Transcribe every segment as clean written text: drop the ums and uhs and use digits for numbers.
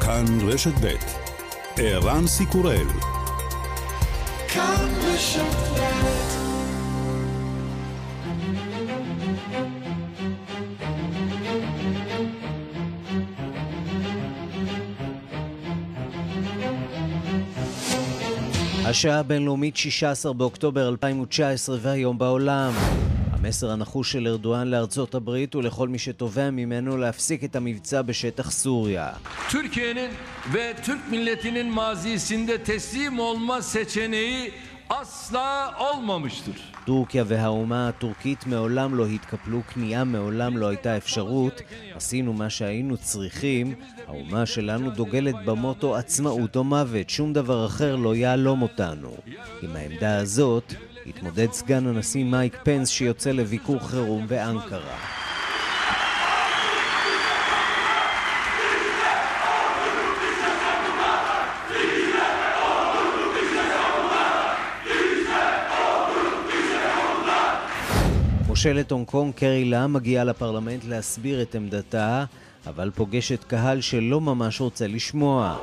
כאן רשת ב' ערן סיקורל. כאן רשת ב'. השעה הבינלאומית 16 באוקטובר 2019 והיום בעולם. המסר הנחוש של ארדואן לארצות הברית ולכל mי שתובע ממנו להפסיק את המבצע בשטח סוריה. Türkiye'nin ve Türk milletinin mazisinde teslim olma seçeneği asla olmamıştır. טורקיה והאומה הטורקית מעולם לא התקפלו, כניעה מעולם לא הייתה אפשרות. עשינו מה שהיינו צריכים. האומה שלנו דוגלת במוטו עצמאות או מוות, שום דבר אחר לא יעלום אותנו. עם העמדה הזאת התמודד סגן הנשיא מייק פנס שיוצא לביקור חירום באנקרה. מושלת הונג קונג קרי להם מגיעה לפרלמנט להסביר את עמדתה, אבל פוגשת קהל שלא ממש רוצה לשמוע.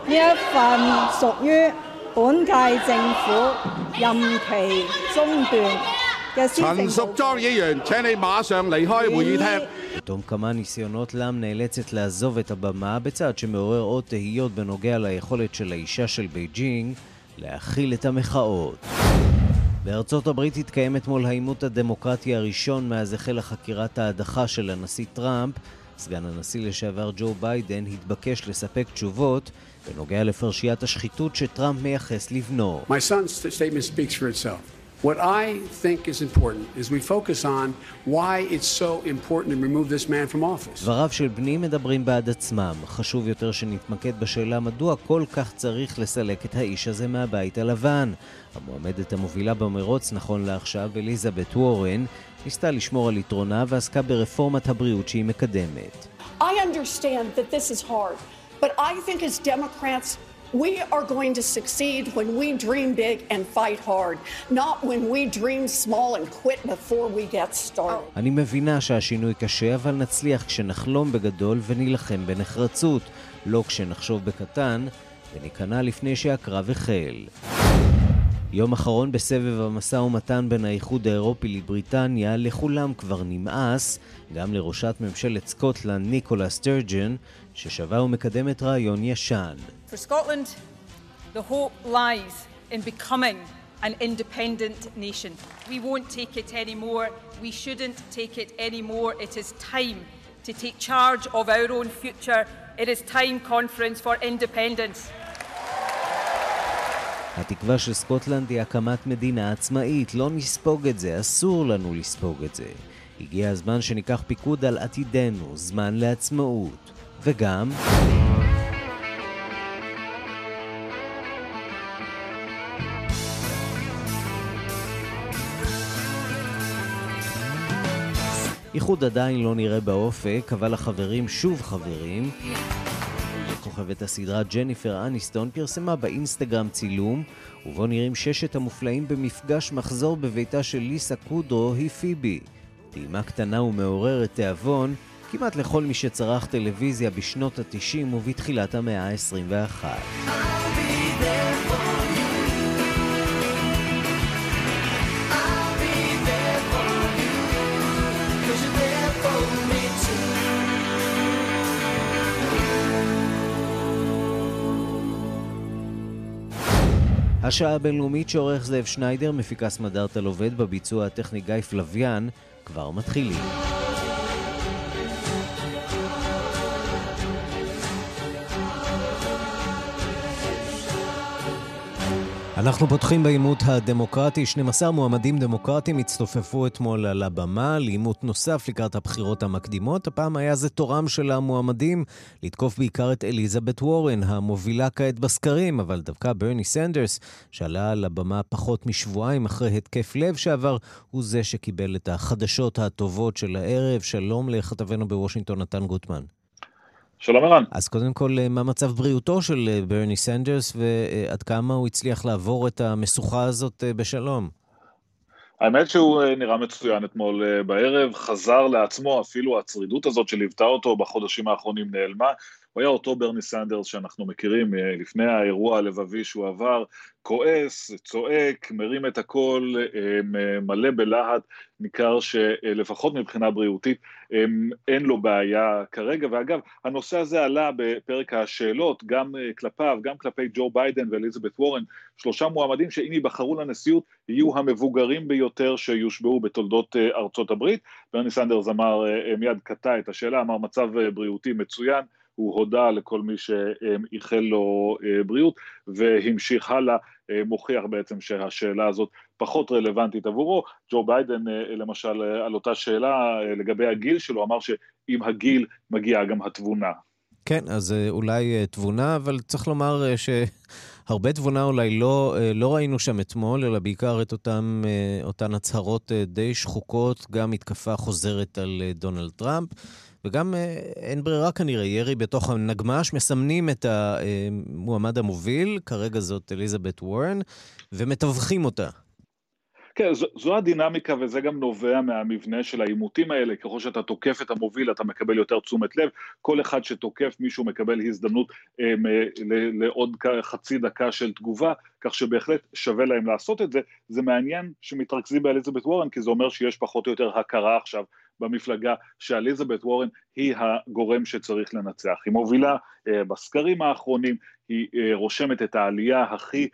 בתום כמה ניסיונות להם נאלצת לעזוב את הבמה, בצד שמעורר עוד תהיות בנוגע ליכולת של האישה של בייג'ינג להכיל את המחאות. בארצות הברית התקיים אתמול העימות הדמוקרטי הראשון מאז החלה חקירת ההדחה של הנשיא טראמפ. סגן הנשיא לשעבר ג'ו ביידן התבקש לספק תשובות בנוגע לפרשיית השחיתות שטראמפ מייחס לבנו. My son's statement speaks for itself. What I think is important is we focus on why it's so important to remove this man from office. דבריו של בני מדברים בעד עצמם. חשוב יותר שנתמקד בשאלה מדוע כל כך צריך לסלק את האיש הזה מהבית הלבן. המועמדת המובילה במרוץ נכון לעכשיו, אליזבת וורן, ניסתה לשמור על יתרונה ועסקה ברפורמת הבריאות שהיא מקדמת. I understand that this is hard, but I think as Democrats we are going to succeed when we dream big and fight hard, not when we dream small and quit before we get started. אני מבינה שהשינוי קשה, אבל נצליח כשנחלום בגדול ונלחם בנחרצות, לא כשנחשוב בקטן וניכנע לפני שהקרב החל. יום אחרון בסבב המשא ומתן בין האיחוד האירופי לבריטניה, לכולם כבר נמאס, גם לראשת ממשלת סקוטלנד ניקולה סטרג'ן, ששווה ומקדמת רעיון ישן. For Scotland, the hope lies in becoming an independent nation. We won't take it anymore. We shouldn't take it anymore. It is time to take charge of our own future. It is time, Conference, for independence. התקווה של סקוטלנד היא הקמת מדינה עצמאית. לא נספוג את זה, אסור לנו לספוג את זה. הגיע הזמן שניקח פיקוד על עתידנו, זמן לעצמאות. וגם איחוד עדיין לא נראה באופק, אבל החברים שוב חברים. כוכבת הסדרה ג'ניפר אניסטון פרסמה באינסטגרם צילום, ובו נראים ששת המופלאים במפגש מחזור בביתה של ליסה קודרו היא פיבי. טעימה קטנה ומעוררת תיאבון, כמעט לכל מי שצרח טלוויזיה בשנות ה-90 ובתחילת המאה ה-21. השעה הבינלאומית שעורך זאב שניידר, מפיקס מדארטל עובד בביצוע הטכני גיא פלוויאן, כבר מתחילים. אנחנו פותחים בעימות הדמוקרטי. 12 מועמדים דמוקרטיים הצטופפו אתמול על הבמה לעימות נוסף לקראת הבחירות המקדימות. הפעם היה זה תורם של המועמדים לתקוף בעיקר את אליזבת וורן, המובילה כעת בסקרים, אבל דווקא ברני סנדרס, שעלה על הבמה פחות משבועיים אחרי התקף לב שעבר, הוא זה שקיבל את החדשות הטובות של הערב. שלום לכתבנו בוושינגטון נתן גוטמן. שלום ערן. אז קודם כל, מה מצב בריאותו של ברני סנדרס, ועד כמה הוא הצליח לעבור את המשוכה הזאת בשלום? האמת שהוא נראה מצוין אתמול בערב, חזר לעצמו, אפילו הצרידות הזאת שליוותה אותו בחודשים האחרונים נעלמה, הוא היה אותו ברני סנדרס שאנחנו מכירים לפני האירוע הלבבי שהוא עבר, כועס, צועק, מרים את הכל, מלא בלהט, ניכר שלפחות מבחינה בריאותית אין לו בעיה כרגע, ואגב, הנושא הזה עלה בפרק השאלות, גם כלפיו, גם כלפי ג'ו ביידן ואליזבת וורן, 3 מועמדים שאם ייבחרו לנשיאות, יהיו המבוגרים ביותר שיושבעו בתולדות ארצות הברית. ברני סנדרס אמר, מיד קטע את השאלה, אמר מצב בריאותי מצוין, הוא הודע לכל מי שאיחל לו בריאות, והמשיך הלאה, מוכיח בעצם שהשאלה הזאת פחות רלוונטית עבורו. ג'ו ביידן, למשל, על אותה שאלה לגבי הגיל שלו, אמר שעם הגיל מגיעה גם התבונה. כן, אז אולי תבונה, אבל צריך לומר שהרבה תבונה אולי לא ראינו שם אתמול, אלא בעיקר את אותן הצהרות די שחוקות, גם מתקפה חוזרת על דונלד טראמפ, וגם אין ברירה כנראה, ירי בתוך הנגמש, מסמנים את המועמד המוביל, כרגע זאת אליזבת וורן, ומתווכים אותה. כן, זו הדינמיקה, וזה גם נובע מהמבנה של העימותים האלה. ככל שאתה תוקף את המוביל, אתה מקבל יותר תשומת לב. כל אחד שתוקף מישהו מקבל הזדמנות לעוד חצי דקה של תגובה, כך שבהחלט שווה להם לעשות את זה. זה מעניין שמתרכזים באליזבת וורן, כי זה אומר שיש פחות או יותר הכרה עכשיו במפלגה שאליזבת וורן היא הגורם שצריך לנצח. היא מובילה בסקרים האחרונים, היא רושמת את העלייה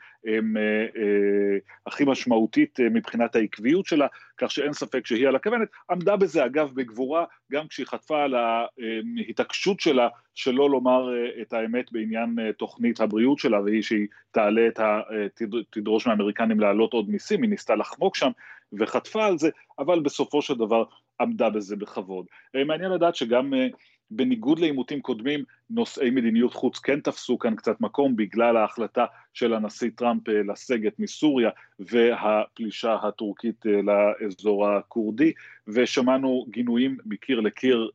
הכי משמעותית מבחינת העקביות שלה, כך שאין ספק שהיא על הכוונת. עמדה בזה אגב בגבורה, גם כשהיא חטפה על ההתעקשות שלה, שלא לומר את האמת בעניין תוכנית הבריאות שלה, והיא שהיא תעלה תדרוש מהאמריקנים לעלות עוד מיסים, היא ניסתה לחמוק שם וחטפה על זה, אבל בסופו של דבר עמדה בזה בכבוד. מעניין לדעת שגם בניגוד לעימותים קודמים, נושאי מדיניות חוץ כן תפסו כאן קצת מקום, בגלל ההחלטה של הנשיא טראמפ לסגת מסוריה, והפלישה הטורקית לאזור הקורדי, ושמענו גינויים מקיר לקיר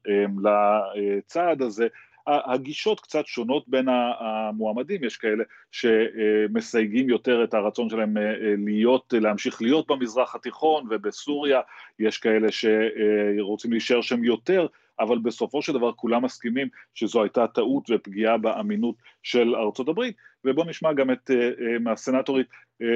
לצעד הזה. הגישות קצת שונות בין המועמדים, יש כאלה שמסייגים יותר את הרצון שלהם להמשיך להיות במזרח התיכון ובסוריה, יש כאלה שרוצים להישאר שם יותר, אבל בסופו של דבר כולם מסכימים שזו הייתה טעות ופגיעה באמינות של ארצות הברית, ובוא נשמע גם את מהסנטורית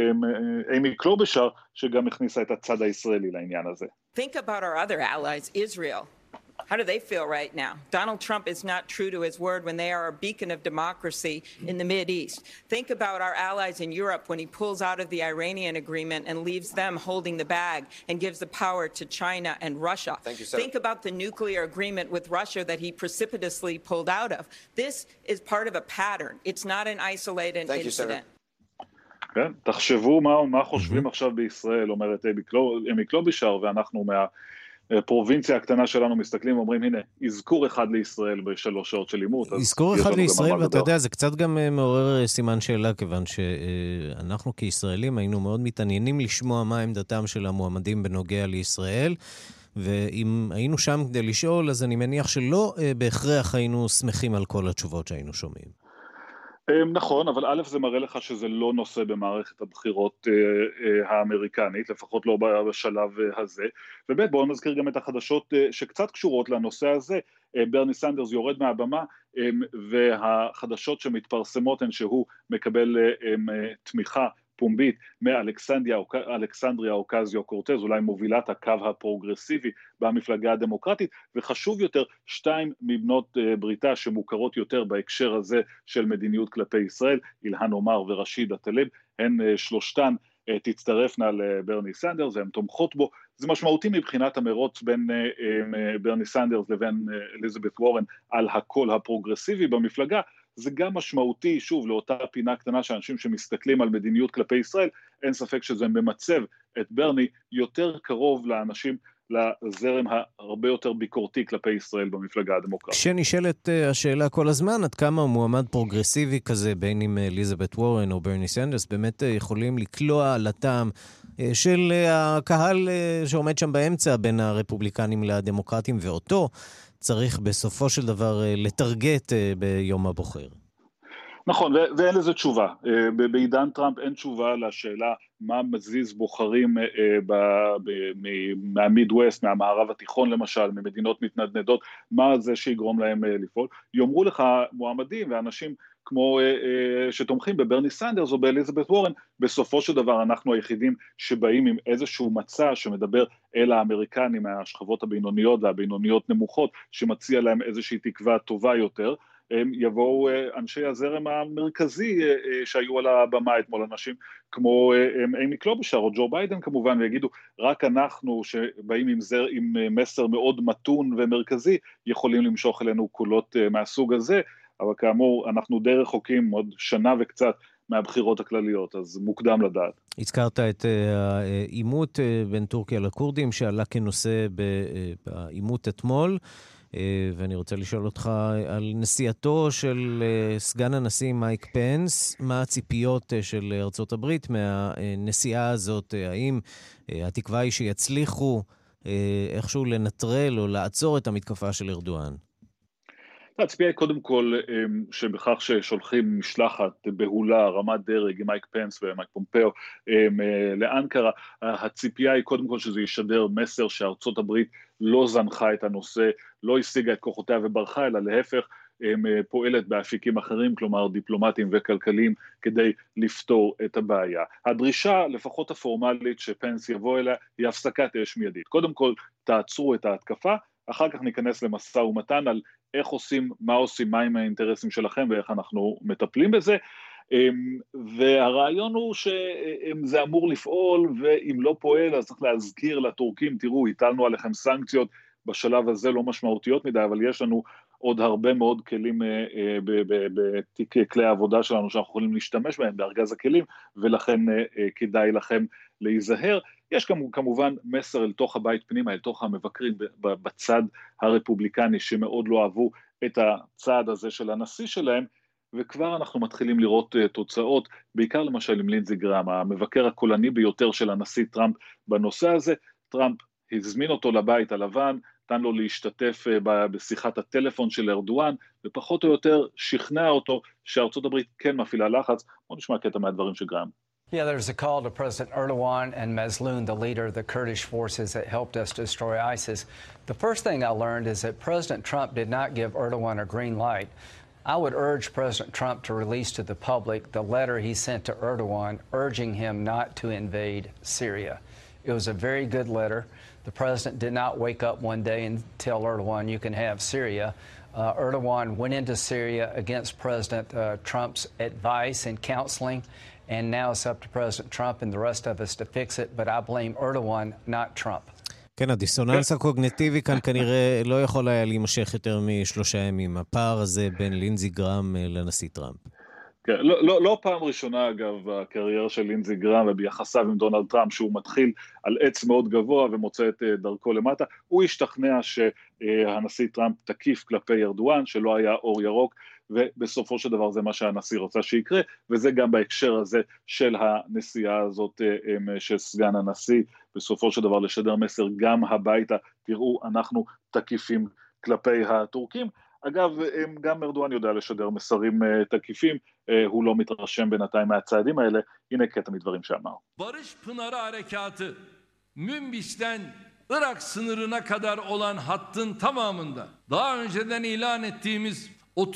אימי קלובשר, שגם הכניסה את הצד הישראלי לעניין הזה. Think about our other allies, Israel. How do they feel right now? Donald Trump is not true to his word when they are a beacon of democracy in the Mideast. Think about our allies in Europe when he pulls out of the Iranian agreement and leaves them holding the bag and gives the power to China and Russia. Thank you, sir. Think about the nuclear agreement with Russia that he precipitously pulled out of. This is part of a pattern. It's not an isolated incident. כן, תחשבו מה חושבים עכשיו בישראל, אומרת אימי קלובשר, ואנחנו פרובינציה הקטנה שלנו מסתכלים ואומרים, הנה, אזכור אחד לישראל ב3 שעות של לימוד. אזכור אחד לישראל, ואתה יודע, זה קצת גם מעורר סימן שאלה, כיוון שאנחנו כישראלים היינו מאוד מתעניינים לשמוע מה עמדתם של המועמדים בנוגע לישראל, ואם היינו שם כדי לשאול, אז אני מניח שלא בהכרח היינו שמחים על כל התשובות שהיינו שומעים. נכון, אבל א' זה מראה לך שזה לא נושא במערכת הבחירות האמריקנית, לפחות לא בשלב הזה, וב' בואו נזכיר גם את החדשות שקצת קשורות לנושא הזה. ברני סנדרס יורד מהבמה, והחדשות שמתפרסמות הן שהוא מקבל תמיכה פומבית מאלכסנדריה אוקזיו קורטז, אולי מובילת הקו הפרוגרסיבי במפלגה הדמוקרטית, וחשוב יותר, 2 מבנות בריתה שמוכרות יותר בהקשר הזה של מדיניות כלפי ישראל, אילהן עומר ורשידה טלב, הן שלושתן תצטרפנה לברני סנדרס, הן תומכות בו. זה משמעותי מבחינת המרוץ בין ברני סנדרס לבין אליזבת וורן על הקול הפרוגרסיבי במפלגה. זה גם משמעותי, שוב, לאותה פינה קטנה שאנשים שמסתכלים על מדיניות כלפי ישראל, אין ספק שזה ממצב את ברני יותר קרוב לאנשים, לזרם הרבה יותר ביקורתי כלפי ישראל במפלגה הדמוקרטית. כשנשאלת השאלה כל הזמן, עד כמה מועמד פרוגרסיבי כזה, בין אם אליזבת וורן או ברני סנדרס, באמת יכולים לקלוע על הטעם של הקהל שעומד שם באמצע בין הרפובליקנים לדמוקרטים, ואותו צריך בסופו של דבר לטרגט ביום הבוחר. נכון, ואין לזה תשובה. בעידן טראמפ אין תשובה לשאלה מה מזיז בוחרים מהמידווסט, מהמערב התיכון למשל, ממדינות מתנדנדות, מה זה שיגרום להם לפעול. יאמרו לך מועמדים ואנשים כמו שתומכים בברני סנדרס או באליזבת וורן, בסופו של דבר אנחנו היחידים שבאים עם איזשהו מצע שמדבר אל האמריקנים מהשכבות הבינוניות והבינוניות נמוכות, שמציע להם איזושהי תקווה טובה יותר. יבואו אנשי הזרם המרכזי שהיו על הבמה אתמול, אנשים כמו אימי קלובשר או ג'ו ביידן כמובן, ויגידו רק אנחנו שבאים עם מסר מאוד מתון ומרכזי יכולים למשוך אלינו קולות מהסוג הזה, אבל כאמור אנחנו די רחוקים עוד שנה וקצת מהבחירות הכלליות, אז מוקדם לדעת. הזכרת את העימות בין טורקיה לקורדים שעלה כנושא בעימות אתמול, ואני רוצה לשאול אותך על נסיעתו של סגן הנשיא מייק פנס, מה הציפיות של ארצות הברית מהנסיעה הזאת, האם התקווה היא שיצליחו איכשהו לנטרל או לעצור את המתקפה של ארדואן? הציפייה היא קודם כל שבכך ששולחים משלחת בהולה, רמת דרג עם מייק פנס ומייק פומפאו לאנקרה, הציפייה היא קודם כל שזה ישדר מסר שארצות הברית לא זנחה את הנושא, לא השיגה את כוחותיה וברחה, אלא להפך פועלת באפיקים אחרים, כלומר דיפלומטיים וכלכליים, כדי לפתור את הבעיה. הדרישה, לפחות הפורמלית שפנס יבוא אליה, היא הפסקת אש מיידית. קודם כל תעצרו את ההתקפה, אחר כך ניכנס למשא ומתן על איך עושים, מה עושים, מה עם האינטרסים שלכם ואיך אנחנו מטפלים בזה, והרעיון הוא שזה אמור לפעול, ואם לא פועל אז צריך להזכיר לטורקים, תראו, הטלנו עליכם סנקציות, בשלב הזה לא משמעותיות מדי, אבל יש לנו עוד הרבה מאוד כלים בתיק כלי העבודה שלנו שאנחנו יכולים להשתמש בהם בארגז הכלים, ולכן כדאי לכם להיזהר. יש כמובן מסר אל תוך הבית פנימה, אל תוך המבקרים בצד הרפובליקני, שמאוד לא אהבו את הצעד הזה של הנשיא שלהם, וכבר אנחנו מתחילים לראות תוצאות, בעיקר למשל עם לינזי גרהם, המבקר הקולני ביותר של הנשיא טראמפ בנושא הזה. טראמפ הזמין אותו לבית הלבן, נתן לו להשתתף בשיחת הטלפון של ארדואן, ופחות או יותר שכנע אותו שארצות הברית כן מפעילה לחץ. בוא נשמע קטע מהדברים של גרהם. Yeah, there's a call to President Erdogan and Mazloum, the leader of the Kurdish forces that helped us destroy ISIS. The first thing I learned is that President Trump did not give Erdogan a green light. I would urge President Trump to release to the public the letter he sent to Erdogan urging him not to invade Syria. It was a very good letter. The president did not wake up one day and tell Erdogan you can have Syria. Erdogan went into Syria against President Trump's advice and counseling, and now it's up to President Trump and the rest of us to fix it, but I blame Erdogan, not Trump. כן, הדיסוננס הקוגניטיבי כאן כנראה לא יכול היה להימשך יותר מ3 ימים, הפער הזה בין לינזי גרהם לנשיא טראמפ. כן, לא פעם ראשונה אגב בקריירה של לינזי גרהם וביחסיו עם דונלד טראמפ, שהוא מתחיל על עץ מאוד גבוה ומוצא את דרכו למטה, הוא השתכנע שהנשיא טראמפ תקיף כלפי ארדואן, שלא היה אור ירוק, ובסופו של דבר זה מה שהנשיא רוצה שיקרה, וזה גם בהקשר הזה של הנסיעה הזאת של סגן הנשיא, בסופו של דבר לשדר מסר גם הביתה, תראו אנחנו תקיפים כלפי הטורקים. אגב, גם ארדואן יודע לשדר מסרים תקיפים, הוא לא מתרשם בינתיים מהצעדים האלה, הנה קטע מדברים שאמר. Barış Pınarı Harekatı, Münbiş'ten Irak sınırına kadar olan hattın tamamında daha önceden ilan ettiğimiz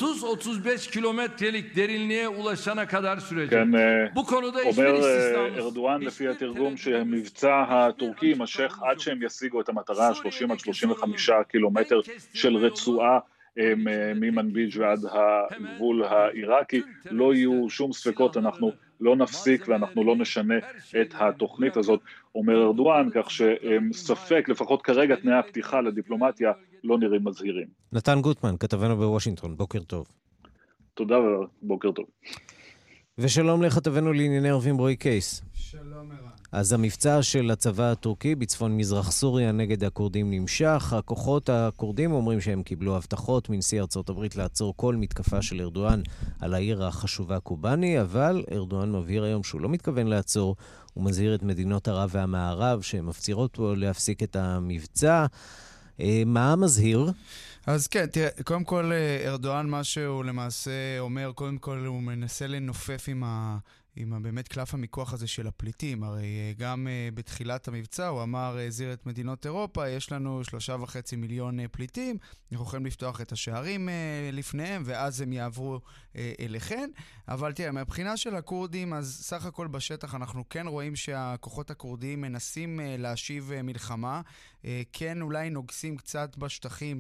30-35 kilometrelik derinliğe ulaşana kadar sürecek. Bu konuda hiçbir istisnamız. אומר ארדואן לפי התרגום שהמבצע הטורקי יימשך עד שהם ישיגו את המטרה 30-35 קילומטר של רצועה ממנביג' ועד הגבול העיראקי. לא יהיו שום ספקות, אנחנו לא נפסיק ואנחנו לא נשנה את התוכנית הזאת, אומר ארדואן, כך שספק, לפחות כרגע תנאי הפתיחה לדיפלומטיה לא נראים מזהירים. נתן גוטמן, כתבנו בוושינגטון, בוקר טוב. תודה ובוקר טוב. ושלום לכתבנו לענייני ערבים רועי קייס. שלום ערן. אז המבצע של הצבא הטורקי בצפון מזרח סוריה נגד הכורדים נמשך. הכוחות הכורדים אומרים שהם קיבלו הבטחות מנשיא ארצות הברית לעצור כל מתקפה של ארדואן על העיר החשובה קובאני, אבל ארדואן מבהיר היום שהוא לא מתכוון לעצור. הוא מזהיר את מדינות ערב והמערב שהן מפצירות פה להפסיק את המבצע. מה מזהיר? אז כן, תראה, קודם כל ארדואן מה שהוא למעשה אומר, קודם כל הוא מנסה לנופף עם באמת קלף המיקוח הזה של הפליטים. הרי גם בתחילת המבצע הוא אמר, הזהיר את מדינות אירופה, יש לנו 3.5 מיליון פליטים, אנחנו יכולים לפתוח את השערים לפניהם, ואז הם יעברו אליכן. אבל תראה, מהבחינה של הקורדים, אז סך הכל בשטח אנחנו כן רואים שהכוחות הקורדיים מנסים להשיב מלחמה, כן אולי נוגסים קצת בשטחים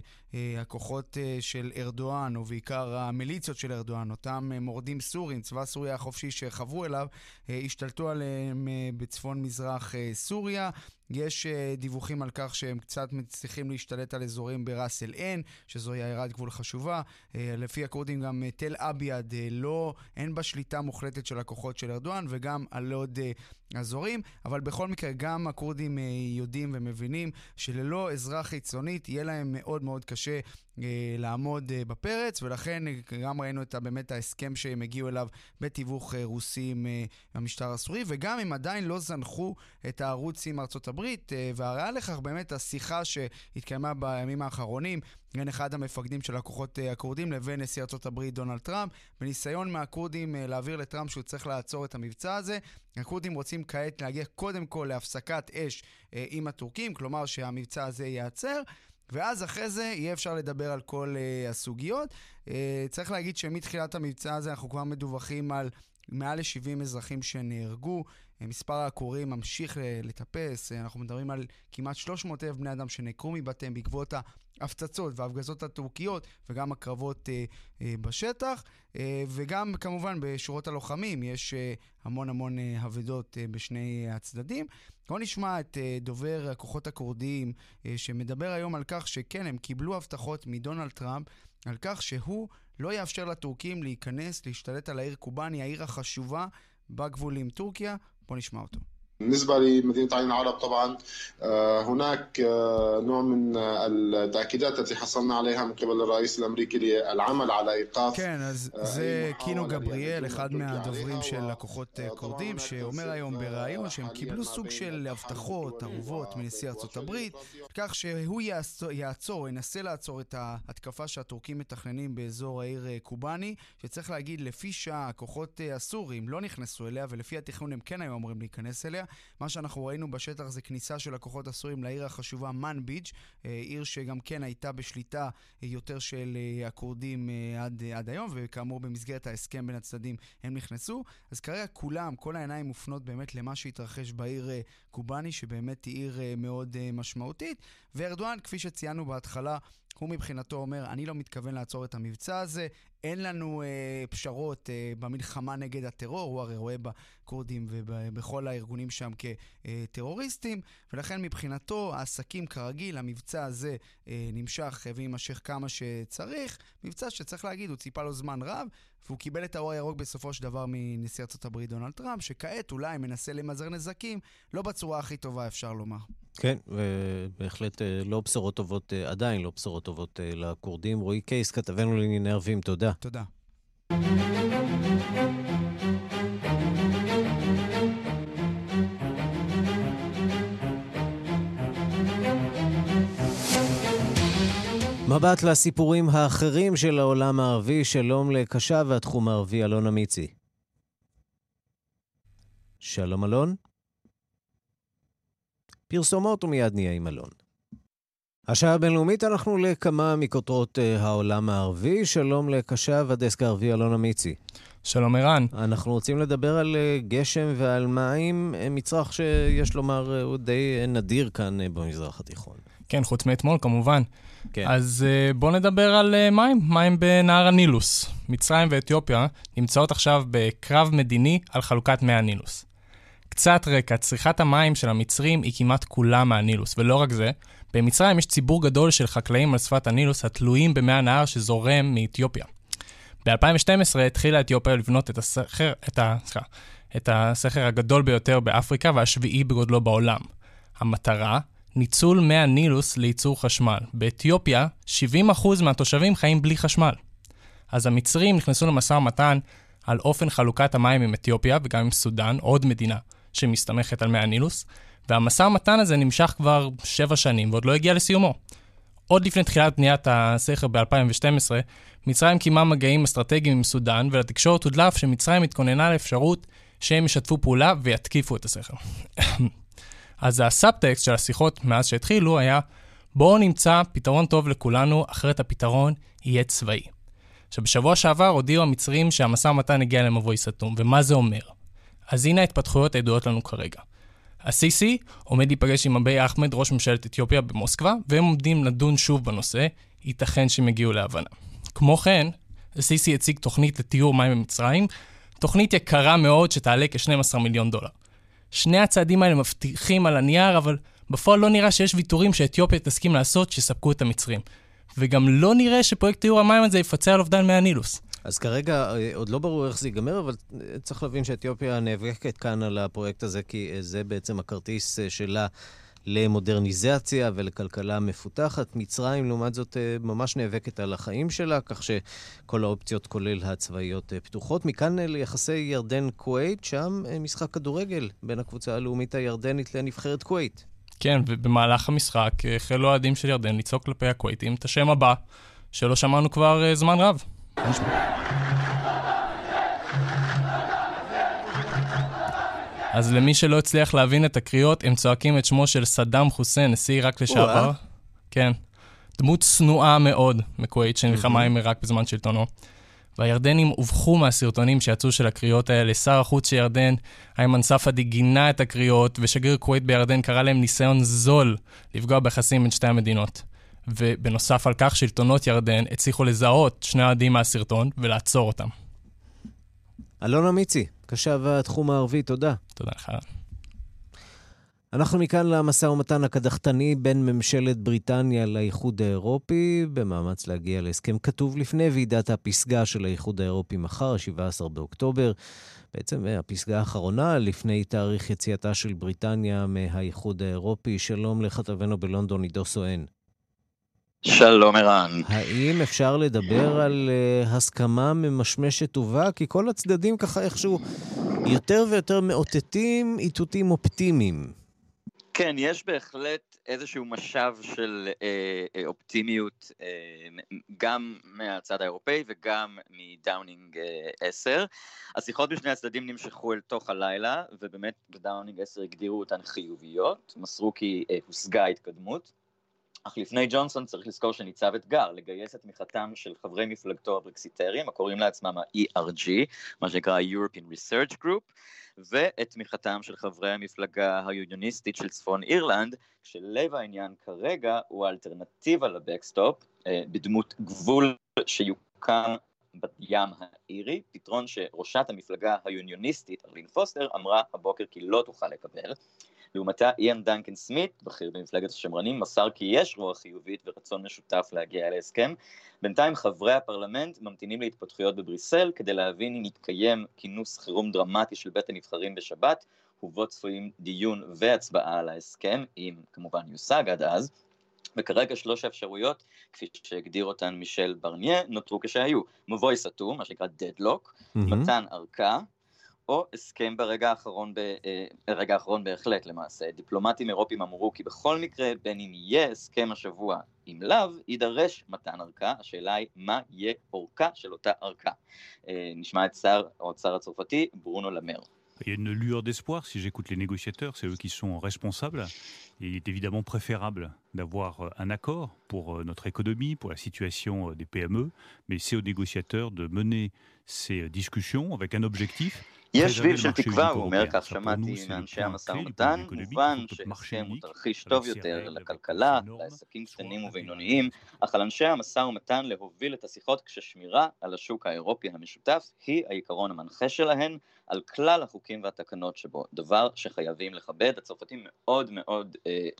שהכוחות של ארדואן, או בעיקר המיליציות של ארדואן, אותם מורדים סורים, צבא סוריה החופשי שחברו אליו, השתלטו עליהם בצפון מזרח סוריה. יש דיווחים על כך שהם קצת מצליחים להשתלט על אזורים ברס אל עין, שזוהי עיירת גבול חשובה. לפי הקורדים גם תל אביד אין בה שליטה מוחלטת של הכוחות של ארדואן, וגם על עוד אזורים. אבל בכל מקרה גם הקורדים יודעים ומבינים שללא עזרה חיצונית יהיה להם מאוד מאוד קשה לעמוד בפרץ, ולכן גם ראינו את באמת ההסכם שהם הגיעו אליו בתיווך רוסי עם המשטר הסורי, וגם הם עדיין לא זנחו את הערוץ עם ארצות הברית, והראיה לכך באמת השיחה שהתקיימה בימים האחרונים בין אחד המפקדים של הכוחות הקורדים לבין נשיא ארצות הברית דונלד טראמפ, בניסיון מהקורדים להעביר לטראמפ שהוא צריך לעצור את המבצע הזה. הקורדים רוצים כעת להגיע קודם כל להפסקת אש עם הטורקים, כלומר שהמבצע הזה ייעצר, ואז אחרי זה יהיה אפשר לדבר על כל הסוגיות. צריך להגיד שמתחילת המבצע הזה אנחנו כבר מדווחים על מעל ל-70 אזרחים שנהרגו, מספר העקורים ממשיך לטפס, אנחנו מדברים על כמעט 300,000 בני אדם שנעקרו מבתיהם בעקבות ההפצצות וההפגזות הטורקיות וגם הקרבות בשטח, וגם כמובן בשורות הלוחמים יש המון הבדות בשני הצדדים. בואו נשמע את דובר הכוחות הקורדיים שמדבר היום על כך שכן, הם קיבלו הבטחות מדונלד טראמפ על כך שהוא לא יאפשר לטורקים להיכנס, להשתלט על העיר קובאני, העיר החשובה בגבול עם טורקיה. בואו נשמע אותו. بالنسبة لمدينة عين العرب طبعا هناك نوع من التأكيدات التي حصلنا عليها من قبل الرئيس الأمريكي للعمل على إيقاف. כן, אז זה קינו גבריאל, אחד מהדוברים של הכוחות קורדים, שאומר היום בראיון שהם קיבלו סוג של הבטחות, ערובות מנשיא ארצות הברית, כך שהוא יעצור, ינסה לעצור את ההתקפה שהטורקים מתכננים באזור העיר קובאני, שצריך להגיד לפי שעה הכוחות הסורים לא נכנסו אליה, ולפי התכנון הם כן היו אמורים להיכנס אליה. מה שאנחנו ראינו בשטח זה כניסה של הכוחות הסורים לעיר החשובה מנביג', עיר שגם כן הייתה בשליטה יותר של הקורדים עד היום, וכאמור במסגרת ההסכם בין הצדדים הם נכנסו. אז כרגע כל העיניים מופנות באמת למה שהתרחש בעיר קובאני, שבאמת היא עיר מאוד משמעותית, וארדואן, כפי שציינו בהתחלה, הוא מבחינתו אומר, אני לא מתכוון לעצור את המבצע הזה, אין לנו פשרות במלחמה נגד הטרור, הוא הרי רואה בקורדים ובכל הארגונים שם כטרוריסטים, ולכן מבחינתו העסקים כרגיל, המבצע הזה נמשך ויימשך כמה שצריך, מבצע שצריך להגיד, הוא ציפה לו זמן רב, והוא קיבל את האור הירוק בסופו של דבר מנשיא ארצות הברית דונלד טראמפ, שכעת אולי מנסה למזער נזקים, לא בצורה הכי טובה אפשר לומר. כן, ובהחלט לא בשורות טובות, עדיין לא בשורות טובות לקורדים. רועי קייס, כתבנו לענייני ערבים, תודה. תודה. מבט לסיפורים האחרים של העולם הערבי, שלום לקשב והתחום הערבי אלון אמיצי. שלום אלון. פרסומות ומיד נהיה עם אלון. השעה הבינלאומית, אנחנו לכמה מכותרות העולם הערבי. שלום לקשב, הדסק הערבי אלון אמיצי. שלום ערן. אנחנו רוצים לדבר על גשם ועל מים, מצרך שיש לומר הוא די נדיר כאן במזרח התיכון. כן, חוץ מאתמול כמובן. כן. אז בואו נדבר על מים בנהר הנילוס. מצרים ואתיופיה נמצאות עכשיו בקרב מדיני על חלוקת מי הנילוס. קצת רקע, צריכת המים של המצרים היא כמעט כולה מהנילוס, ולא רק זה, במצרים יש ציבור גדול של חקלאים על שפת הנילוס התלויים במי הנהר שזורם מאתיופיה. ב-2012 התחילה אתיופיה לבנות את הסכר הגדול ביותר באפריקה והשביעי בגודלו בעולם. המטרה, ניצול מי הנילוס לייצור חשמל. באתיופיה, 70% מהתושבים חיים בלי חשמל. אז המצרים נכנסו למשא ומתן על אופן חלוקת המים עם אתיופיה וגם עם סודן, עוד מדינה שמסתמכת על מי הנילוס, והמשא ומתן הזה נמשך כבר 7 שנים ועוד לא הגיע לסיומו. עוד לפני תחילת בניית הסכר ב-2012, מצרים קיימה מגעים אסטרטגיים עם סודן, ולתקשורת הודלף שמצרים התכוננה לאפשרות שהם ישתפו פעולה ויתקיפו את הסכר. אז הסאבטקסט של השיחות מאז שהתחילו היה, בואו נמצא פתרון טוב לכולנו, אחרת הפתרון יהיה צבאי. עכשיו, בשבוע שעבר הודיעו המצרים שהמשא ומתן הגיע למבוי סתום, ומה זה אומר? אז הנה ההתפתחויות הידועות לנו כרגע. הסיסי עומד להיפגש עם אביי אחמד, ראש ממשלת אתיופיה במוסקבה, והם עומדים לדון שוב בנושא, ייתכן שהם יגיעו להבנה. כמו כן, הסיסי הציג תוכנית לטיהור מים במצרים, תוכנית יקרה מאוד שתעלה כ-12 מיליון דולר. שני הצעדים האלה מבטיחים על הנייר, אבל בפועל לא נראה שיש ויתורים שאתיופיה תסכים לעשות שספקו את המצרים. וגם לא נראה שפרויקט טיהור המים הזה יפצה על אובדן מי הנילוס. אז כרגע עוד לא ברור איך זה ייגמר, אבל צריך להבין שאתיופיה נאבקת כאן על הפרויקט הזה, כי זה בעצם הכרטיס שלה למודרניזציה ולכלכלה מפותחת. מצרים, לעומת זאת, ממש נאבקת על החיים שלה, כך שכל האופציות, כולל הצבאיות, פתוחות. מכאן ליחסי ירדן-כווית, שם משחק כדורגל בין הקבוצה הלאומית הירדנית לנבחרת כווית. כן, ובמהלך המשחק החלו האוהדים של ירדן לצעוק כלפי הכוויתים את השם הבא, שלא שמענו כבר זמן רב. אז למי שלא הצליח להבין את הקריאות, הם צועקים את שמו של סדאם חוסיין, נשיא עיראק לשעבר. כן. דמות שנואה מאוד מכווית שנלחמה עם עיראק בזמן שלטונו. והירדנים הובכו מהסרטונים שיצאו של הקריאות האלה. שר החוץ של ירדן, איימן ספדי, גינה את הקריאות, ושגריר כווית בירדן קרא להם ניסיון זול לפגוע ביחסים בין שתי המדינות. ובנוסף על כך, שלטונות ירדן הצליחו לזהות שני העדים מהסרטון ולעצור אותם. אלון אמיצי, קשב התחום הערבי, תודה. תודה לך. אנחנו מכאן למשא ומתן הקדחתני בין ממשלת בריטניה לאיחוד האירופי, במאמץ להגיע להסכם כתוב לפני ועידת הפסגה של האיחוד האירופי מחר, 17 באוקטובר. בעצם הפסגה האחרונה לפני תאריך יציאתה של בריטניה מהאיחוד האירופי. שלום לכתבנו בלונדון, עידו סואן. שלום ערן. האם אפשר לדבר על הסכמה ממשמשת טובה? כי כל הצדדים ככה איכשהו יותר ויותר מאותתים איתותים אופטימיים. כן, יש בהחלט איזשהו משב של אופטימיות גם מהצד האירופאי וגם מדאונינג 10. השיחות בשני הצדדים נמשכו אל תוך הלילה, ובאמת בדאונינג 10 הגדירו אותן חיוביות, מסרו כי הושגה התקדמות. אך לפני ג'ונסון צריך לזכור שניצב אתגר, לגייס את תמיכתם של חברי מפלגתו הברקסיטריים, הקוראים לעצמם ה-ERG, מה שנקרא European Research Group, ואת תמיכתם של חברי המפלגה היוניוניסטית של צפון אירלנד, כשלב העניין כרגע הוא האלטרנטיבה לבקסטופ, בדמות גבול שיוקם בים האירי, פתרון שראשת המפלגה היוניוניסטית, ארלין פוסטר, אמרה הבוקר כי לא תוכל לקבל. לעומתה, איאן דנקן סמית, בכיר במפלגת השמרנים, מסר כי יש רוח חיובית ורצון משותף להגיע להסכם. בינתיים חברי הפרלמנט ממתינים להתפתחויות בבריסל, כדי להבין אם יתקיים כינוס חירום דרמטי של בית הנבחרים בשבת, ובו צפויים דיון והצבעה על ההסכם, אם כמובן יושג עד אז. וכרגע שלוש האפשרויות, כפי שהגדיר אותן מישל ברניה, נותרו כשהיו. מבוי סתום, מה שנקרא דדלוק, מתן ארכה, או הסכם ברגע האחרון בהחלט למעשה. דיפלומטים אירופים אמרו כי בכל מקרה, בין אם יהיה הסכם השבוע עם לאו, יידרש מתן ארכה. השאלה היא מה יהיה אורכה של אותה ארכה. נשמע את שר האוצר הצרפתי, ברונו למר. Il y a une lueur d'espoir, si j'écoute les négociateurs, c'est eux qui sont responsables. Il est évidemment préférable d'avoir un accord pour notre économie, pour la situation des PME, mais c'est aux négociateurs de mener ces discussions avec un objectif. יש שביב של תקווה, הוא אומר, כך שמעתי מאנשי המשא ומתן, מובן שהסכם הוא תרחיש טוב יותר לכלכלה, לעסקים קטנים ובינוניים, אך על אנשי המשא ומתן להוביל את השיחות כששמירה על השוק האירופי המשותף היא העיקרון המנחה שלהן על כלל החוקים והתקנות שבו, דבר שחייבים לכבד. הצרפתים מאוד מאוד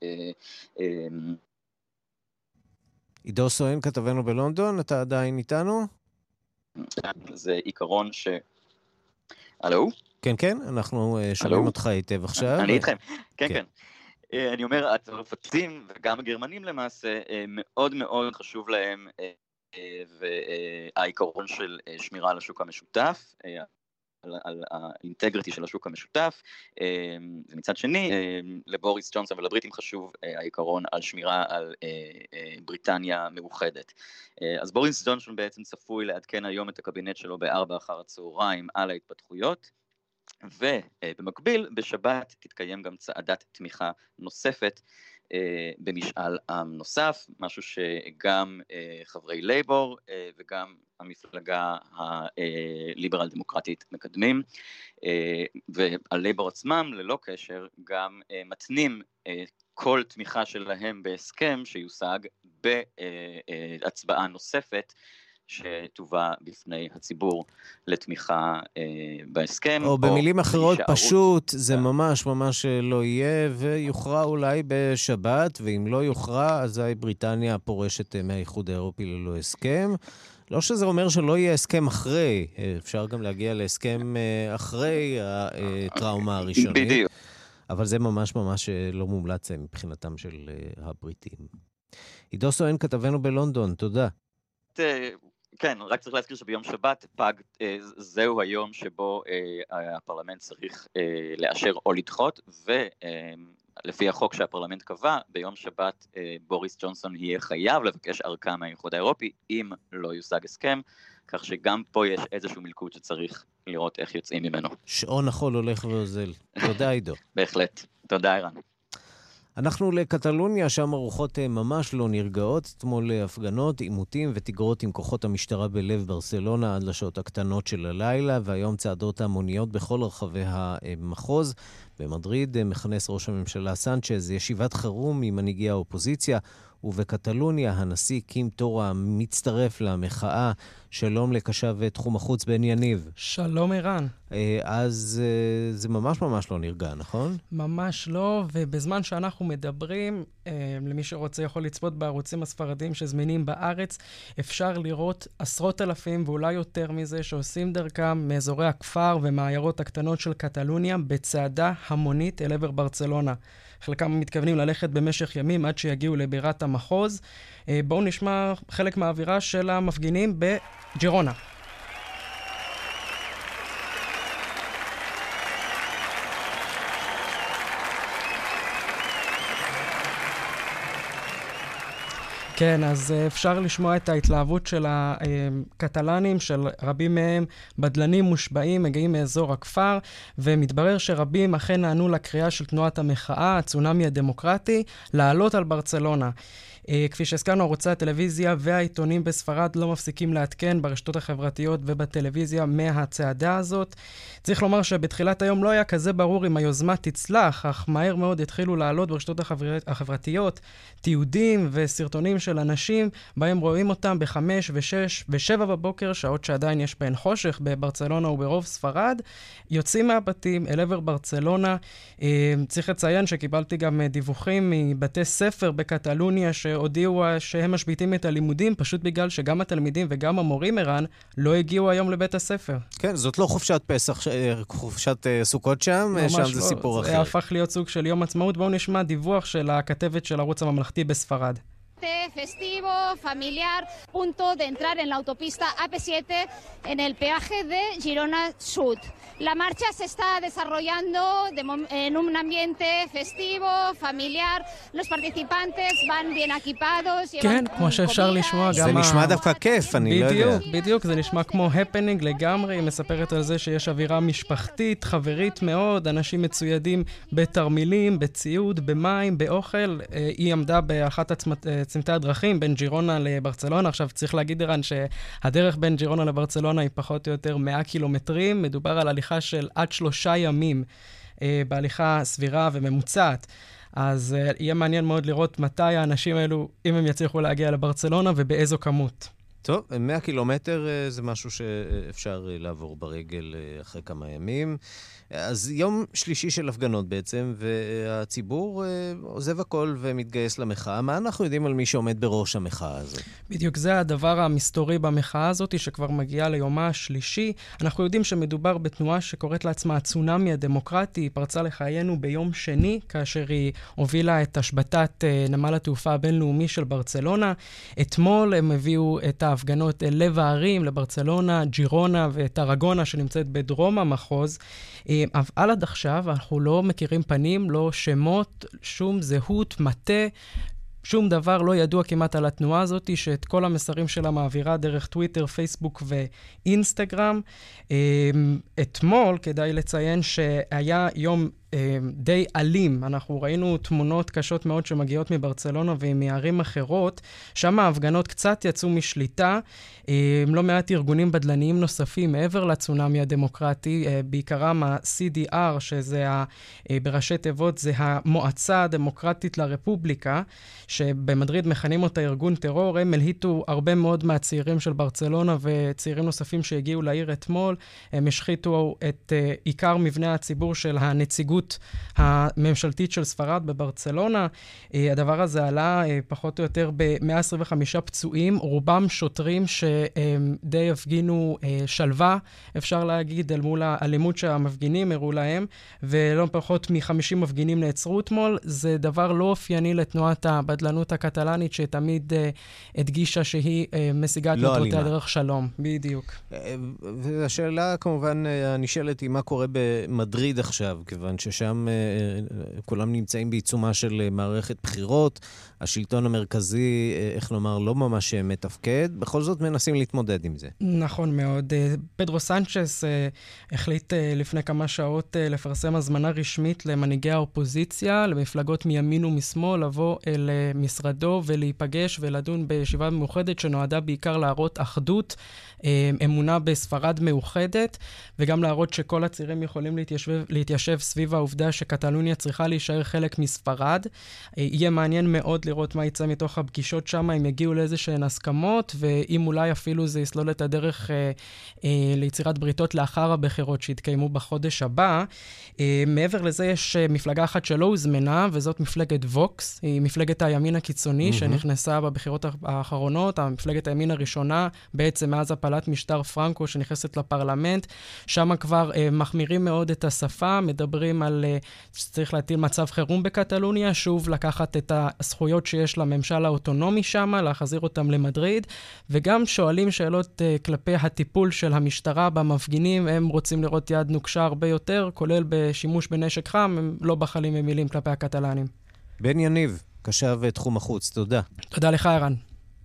עידו סואן, כתבנו בלונדון, אתה עדיין איתנו? זה עיקרון ש... הלו? כן, כן, אנחנו שומעים אותך היטב עכשיו. אני איתכם, כן, כן. אני אומר, הצרפתים וגם הגרמנים למעשה, מאוד מאוד חשוב להם והעיקרון של שמירה על השוק המשותף. על האינטגריטי של השוק המשותף, ומצד שני, לבוריס ג'ונסון ולבריטים חשוב העיקרון על שמירה על בריטניה מאוחדת. אז בוריס ג'ונסון בעצם צפוי לעדכן היום את הקבינט שלו ב-4 אחר הצהריים על ההתפתחויות, ובמקביל בשבת תתקיים גם צעדת תמיכה נוספת במשאל עם נוסף, משהו שגם חברי לייבור וגם המפלגה הליברל דמוקרטית מקדמים, והלייבור עצמם ללא קשר גם מתנים כל תמיכה שלהם בהסכם שיושג בהצבעה נוספת שתובא בפני הציבור לתמיכה בהסכם. או במילים אחרות פשוט, זה ממש ממש לא יהיה, ויוכרע אולי בשבת, ואם לא יוכרע, אזי בריטניה פורשת מהאיחוד האירופי ללא הסכם. לא שזה אומר שלא יהיה הסכם אחרי, אפשר גם להגיע להסכם אחרי הטראומה הראשונית. בדיוק. אבל זה ממש ממש לא מומלץ מבחינתם של הבריטים. עידו סואן, כתבנו בלונדון, תודה. כן, רק צריך להזכיר שביום שבת פג, זהו היום שבו הפרלמנט צריך לאשר או לדחות, ולפי החוק שהפרלמנט קבע, ביום שבת בוריס ג'ונסון יהיה חייב לבקש ארכה מהאיחוד האירופי, אם לא יושג הסכם, כך שגם פה יש איזשהו מלכוד שצריך לראות איך יוצאים ממנו. שעון החול הולך ואוזל. תודה, עידו. בהחלט. תודה, ערן. אנחנו לקטלוניה, שם הרוחות ממש לא נרגעות. אתמול הפגנות, עימותים ותגרות עם כוחות המשטרה בלב ברצלונה עד לשעות הקטנות של הלילה, והיום צעדות המוניות בכל רחבי המחוז. במדריד מכנס ראש הממשלה סנצ'ז ישיבת חירום עם מנהיגי האופוזיציה, ובקטלוניה הנשיא קים טורה מצטרף למחאה. שלום לקשב תחום החוץ בן יניב. שלום ערן. אז זה ממש ממש לא נרגע, נכון? ממש לא, ובזמן שאנחנו מדברים, למי שרוצה יכול לצפות בערוצים הספרדיים שזמינים בארץ, אפשר לראות עשרות אלפים ואולי יותר מזה שעושים דרכם מאזורי הכפר ומהעיירות הקטנות של קטלוניה בצעדה המונית אל עבר ברצלונה. חלקם מתכוונים ללכת במשך ימים עד שיגיעו לבירת המחוז. בואו נשמע חלק מהאווירה של המפגינים בג'ירונה. כן, אז אפשר לשמוע את ההתלהבות של הקטלנים, של רבים מהם בדלנים מושבעים, מגיעים מאזור הכפר, ומתברר שרבים אכן נענו לקריאה של תנועת המחאה, הצונאמי הדמוקרטי, לעלות על ברצלונה. כפי שהזכרנו, ערוצי הטלוויזיה והעיתונים בספרד לא מפסיקים לעדכן ברשתות החברתיות ובטלוויזיה מהצעדה הזאת. צריך לומר שבתחילת היום לא היה כזה ברור אם היוזמה תצלח, אך מהר מאוד התחילו לעלות ברשתות החברתיות תיעודים וסרטונים של אנשים, בהם רואים אותם ב5 ו6 ו7 בבוקר, שעות שעדיין יש בהן חושך בברצלונה וברוב ספרד, יוצאים מהבתים אל עבר ברצלונה. צריך לציין שקיבלתי גם דיווחים מבתי ספר בקטלוניה שהודיעו שהם משביתים את הלימודים, פשוט בגלל שגם התלמידים וגם המורים ערן לא הגיעו היום לבית הספר. כן, זאת לא חופשת פסח, חופשת סוכות שם, שם זה סיפור אחר. זה הפך להיות סוג של יום עצמאות. בואו נשמע דיווח של הכתבת של ערוץ הממלכתי בספרד. festivo, familiar, punto de entrar en la autopista AP7 en el peaje de Girona Sud. La marcha se está desarrollando en un ambiente festivo, familiar. Los participantes van bien equipados. כן, כמו שאפשר לשמוע גם... זה נשמע דווקא כיף, אני לא יודע. בדיוק, זה נשמע כמו הפנינג לגמרי. היא מספרת על זה שיש אווירה משפחתית, חברית מאוד, אנשים מצוידים בתרמילים, בציוד, במים, באוכל. היא עמדה באחת צמתי הדרכים בין ג'ירונה לברצלונה. עכשיו צריך להגיד ערן שהדרך בין ג'ירונה לברצלונה היא פחות או יותר 100 קילומטרים. מדובר על הליכה של עד 3 ימים בהליכה סבירה וממוצעת. אז יהיה מעניין מאוד לראות מתי האנשים האלו, אם הם יצליחו להגיע לברצלונה ובאיזו כמות. טוב, 100 קילומטר זה משהו שאפשר לעבור ברגל אחרי כמה ימים. אז יום שלישי של הפגנות בעצם, והציבור עוזב הכל ומתגייס למחאה. מה אנחנו יודעים על מי שעומד בראש המחאה הזאת? בדיוק, זה הדבר המסתורי במחאה הזאת, שכבר מגיעה ליומה השלישי. אנחנו יודעים שמדובר בתנועה שקוראת לעצמה הצונאמי הדמוקרטי. היא פרצה לחיינו ביום שני, כאשר היא הובילה את השבתת נמל התעופה הבינלאומי של ברצלונה. אתמול הם הביאו את ההפגנות אל לב הערים, לברצלונה, ג'ירונה וטרגונה שנמצאת בדרום המחוז. אבל עד עכשיו אנחנו לא מכירים פנים, לא שמות, שום זהות, מטה, שום דבר לא ידוע כמעט על התנועה הזאת, שאת כל המסרים שלה מעבירה דרך טוויטר, פייסבוק ואינסטגרם. אתמול כדאי לציין שהיה יום די אלים. אנחנו ראינו תמונות קשות מאוד שמגיעות מברצלונה ומערים אחרות. שם ההפגנות קצת יצאו משליטה. לא מעט ארגונים בדלניים נוספים מעבר לצונאמי הדמוקרטי, בעיקרם ה-CDR, שזה בראשי תיבות, זה המועצה הדמוקרטית לרפובליקה, שבמדריד מכנים אותה ארגון טרור. הם הלהיטו הרבה מאוד מהצעירים של ברצלונה וצעירים נוספים שהגיעו לעיר אתמול. הם השחיתו את עיקר מבנה הציבור של הנציגות הממשלתית של ספרד בברצלונה. הדבר הזה עלה פחות או יותר ב-125 פצועים, רובם שוטרים שדי הפגינו שלווה, אפשר להגיד, אל מול האלימות שהמפגינים הראו להם, ולא פחות מ-50 מפגינים נעצרו אתמול. זה דבר לא אופייני לתנועת הבדלנות הקטלנית, שתמיד הדגישה שהיא משיגת מטרותיה דרך שלום. בדיוק. והשאלה כמובן הנשאלת היא מה קורה במדריד עכשיו, כיוון ששם כולם נמצאים בעיצומה של מערכת בחירות, השלטון המרכזי, איך לומר, לא ממש מתפקד, בכל זאת מנסים להתמודד עם זה. נכון מאוד. פדרו סנצ'ס החליט לפני כמה שעות לפרסם הזמנה רשמית למנהיגי האופוזיציה, למפלגות מימין ומשמאל, לבוא אל משרדו ולהיפגש ולדון בישיבה מאוחדת שנועדה בעיקר להראות אחדות, אמונה בספרד מאוחדת, וגם להראות שכל הצעירים יכולים להתיישב סביב העובדה שקטלוניה צריכה להישאר חלק מספרד. יהיה מעניין מאוד לראות מה יצא מתוך הפגישות שם, אם יגיעו לאיזשהן הסכמות, ואם אולי אפילו זה יסלול את הדרך ליצירת בריתות לאחר הבחירות שהתקיימו בחודש הבא. מעבר לזה יש מפלגה אחת שלא הוזמנה, וזאת מפלגת ווקס, היא מפלגת הימין הקיצוני שנכנסה בבחירות האחרונות, המפלגת הימין הראשונה, בעצם מאז הפלת משטר פרנקו שנכנסת לפרלמנט. שם כבר מחמירים מאוד את השפה, מדברים על שצריך להטיל מצב חירום בקטלוניה, שוב לקחת את הזכויות שיש לממשל האוטונומי שם, להחזיר אותם למדריד, וגם שואלים שאלות כלפי הטיפול של המשטרה במפגינים. הם רוצים לראות יד נוקשה הרבה יותר, כולל בשימוש בנשק חם, הם לא בחלים במילים כלפי הקטלנים. בן יניב, קשב תחום החוץ, תודה. תודה לך, ערן.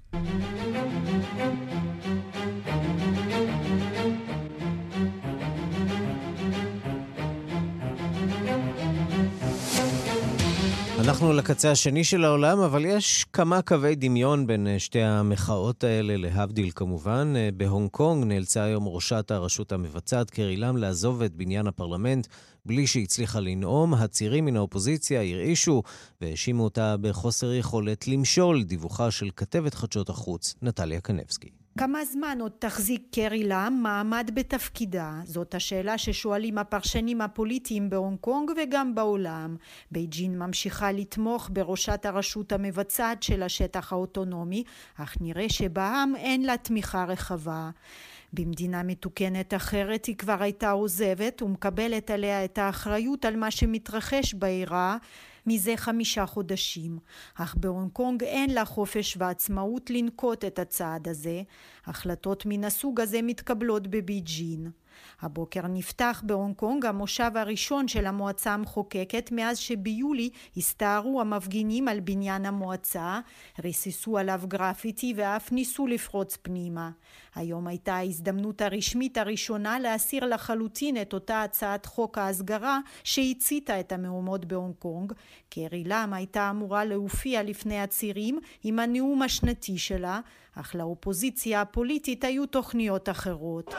אנחנו לקצה השני של העולם, אבל יש כמה קווי דמיון בין שתי המחאות האלה, להבדיל כמובן. בהונג קונג נאלצה היום ראשת הרשות המבצעת קרי לם לעזוב את בניין הפרלמנט בלי שהצליחה לנאום. הצעירים מן האופוזיציה הרעישו והאשימו אותה בחוסר יכולת למשול. דיווחה של כתבת חדשות החוץ נטליה קנבסקי. כמה זמן עוד תחזיק קרי לם מעמד בתפקידה? זאת השאלה ששואלים הפרשנים הפוליטיים בהונג קונג וגם בעולם. בייג'ין ממשיכה לתמוך בראשת הרשות המבצעת של השטח האוטונומי, אך נראה שבעם אין לה תמיכה רחבה. במדינה מתוקנת אחרת היא כבר הייתה עוזבת ומקבלת עליה את האחריות על מה שמתרחש בעירה מזה 5 חודשים. אך בהונג קונג אין לה חופש ועצמאות לנקוט את הצעד הזה. החלטות מן הסוג הזה מתקבלות בבייג'ין. הבוקר נפתח בהונג קונג המושב הראשון של המועצה המחוקקת מאז שביולי הסתערו המפגינים על בניין המועצה, ריססו עליו גרפיטי ואף ניסו לפרוץ פנימה. היום הייתה ההזדמנות הרשמית הראשונה להסיר לחלוטין את אותה הצעת חוק ההסגרה שהציתה את המהומות בהונג קונג. קרי לם הייתה אמורה להופיע לפני הצירים עם הנאום השנתי שלה, אך לאופוזיציה הפוליטית היו תוכניות אחרות.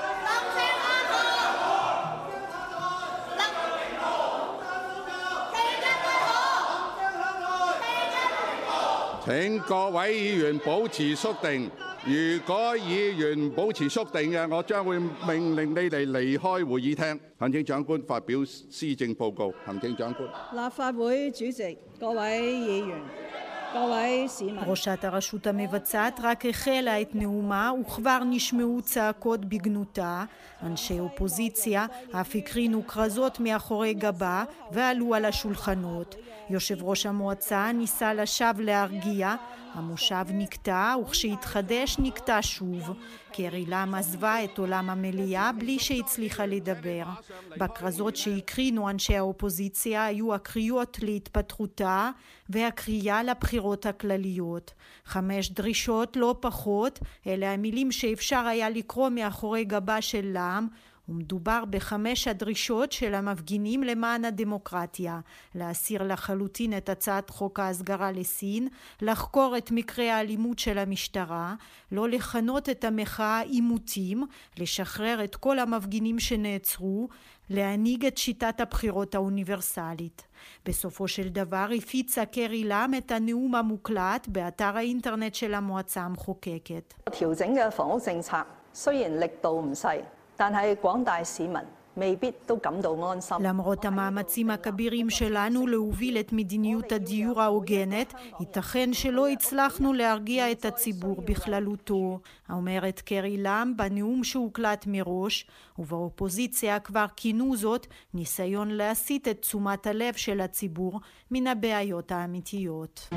請各位議員保持肅定。如果議員保持肅定嘅，我將會命令你哋離開會議廳。行政長官發表施政報告。行政長官。 立法會主席，各位議員。 ראשת הרשות המבצעת רק החלה את נאומה וכבר נשמעו צעקות בגנותה. אנשי אופוזיציה אף הקרינו כרזות מאחורי גבה ועלו על השולחנות. יושב ראש המועצה ניסה לשב להרגיע, המושב נקטע, וכשהתחדש נקטע שוב. קרי לם עזבה את עולם המליאה בלי שהצליחה לדבר. בכרזות שהקרינו אנשי האופוזיציה היו הקריאות להתפטרותה והקריאה לבחירות הכלליות. 5 דרישות לא פחות, אלה המילים שאפשר היה לקרוא מאחורי גבה של לם, ומדובר ב5 הדרישות של המפגינים למען הדמוקרטיה: להסיר לחלוטין את הצעת חוק ההסגרה לסין, לחקור את מקרי האלימות של המשטרה, לא לכנות את המחאה עימותים, לשחרר את כל המפגינים שנעצרו, להנהיג את שיטת הבחירות האוניברסלית. בסופו של דבר הפיצה קרי לם את הנאום המוקלט באתר האינטרנט של המועצה המחוקקת. 調整嘅房屋政策雖然力度唔細，但係廣大市民未必都感到安心. למרות המאמצים הכבירים שלנו להוביל את מדיניות הדיור ההוגנת, ייתכן שלא הצלחנו להרגיע את הציבור בכללותו, אומרת קרי לם בנאום שהוקלט מראש, ובאופוזיציה כבר כינו זאת ניסיון להסיט את תשומת הלב של הציבור מן הבעיות האמיתיות.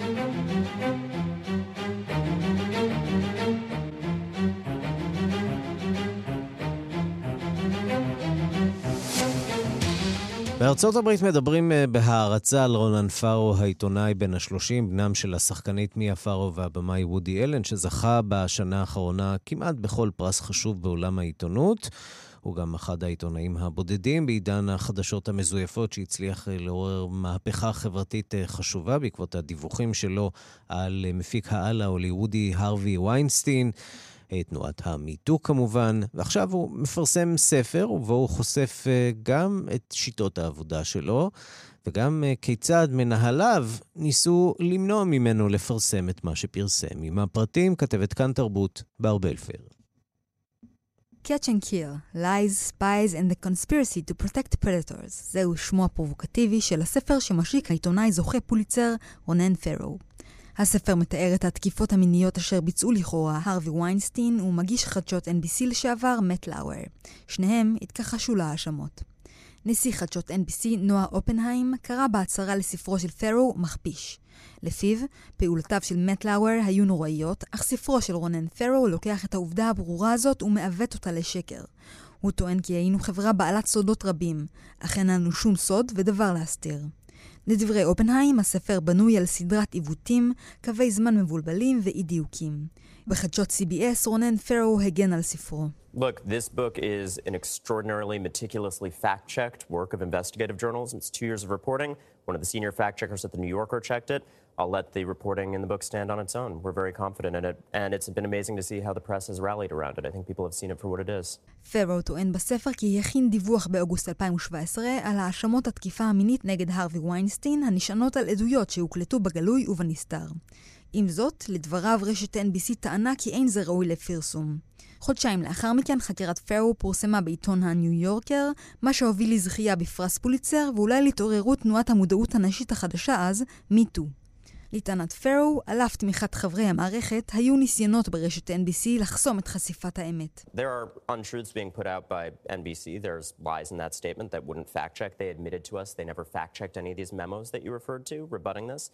בארצות הברית מדברים בהערצה על רונן פארו, העיתונאי בן ה-30, בנם של השחקנית מיה פארו והבמאי וודי אלן, שזכה בשנה האחרונה כמעט בכל פרס חשוב בעולם העיתונות. הוא גם אחד העיתונאים הבודדים בעידן החדשות המזויפות שהצליח לעורר מהפכה חברתית חשובה בעקבות הדיווחים שלו על מפיק העל ההוליוודי הרווי ויינסטיין, תנועת המיטו כמובן, ועכשיו הוא מפרסם ספר ובו הוא חושף גם את שיטות העבודה שלו וגם כיצד מנהליו ניסו למנוע ממנו לפרסם את מה שפרסם. עם הפרטים כתבת כאן תרבות בארבל פר. Catch and Kill, Lies, Spies and the Conspiracy to Protect Predators. זהו שמו הפרובוקטיבי של הספר שמשיק העיתונאי זוכה פוליצר רונן פארו. הספר מתאר את התקיפות המיניות אשר ביצעו לכאורה הרווי ויינסטיין ומגיש חדשות NBC לשעבר מאט לאואר. שניהם התכחשו להאשמות. נשיא חדשות NBC נועה אופנהיים קרא בהצהרה לספרו של פארו מכפיש. לפיו, פעולותיו של מאט לאואר היו נוראיות, אך ספרו של רונן פארו לוקח את העובדה הברורה הזאת ומעוות אותה לשקר. הוא טוען כי היינו חברה בעלת סודות רבים, אך אין לנו שום סוד ודבר להסתיר. לדברי אופנהיים, הספר בנוי על סדרת עיוותים, קווי זמן מבולבלים ואי-דיוקים. בחדשות CBS, רונן פארו הגן על ספרו. Look, this book is an extraordinarily meticulously fact-checked work of investigative journalism. It's 2 years of reporting. One of the senior fact-checkers at the New Yorker checked it. I'll let the reporting in the book stand on its own. We're very confident in it, and it's been amazing to see how the press has rallied around it. I think people have seen it for what it is. פארו טוען בספר כי הכין דיווח באוגוסט 2017 על האשמות התקיפה המינית נגד הרווי ויינסטיין, הנשענות על עדויות שהוקלטו בגלוי ובנסתר. עם זאת, לדבריו רשת NBC טענה כי אין זה ראוי לפרסום. חודשיים לאחר מכן חקירת פארו פורסמה בעיתון הניו יורקר, מה שהוביל לזכייה בפרס פוליצר ואולי להתעוררות תנועת המודעות הנשית החדשה אז, מיטו. לטענת פארו, על אף תמיכת חברי המערכת, היו ניסיונות ברשת NBC לחסום את חשיפת האמת. There are untruths being put out by NBC. There's lies in that statement that wouldn't fact check. They admitted to us they never fact checked any of these memos that you referred to, rebutting this.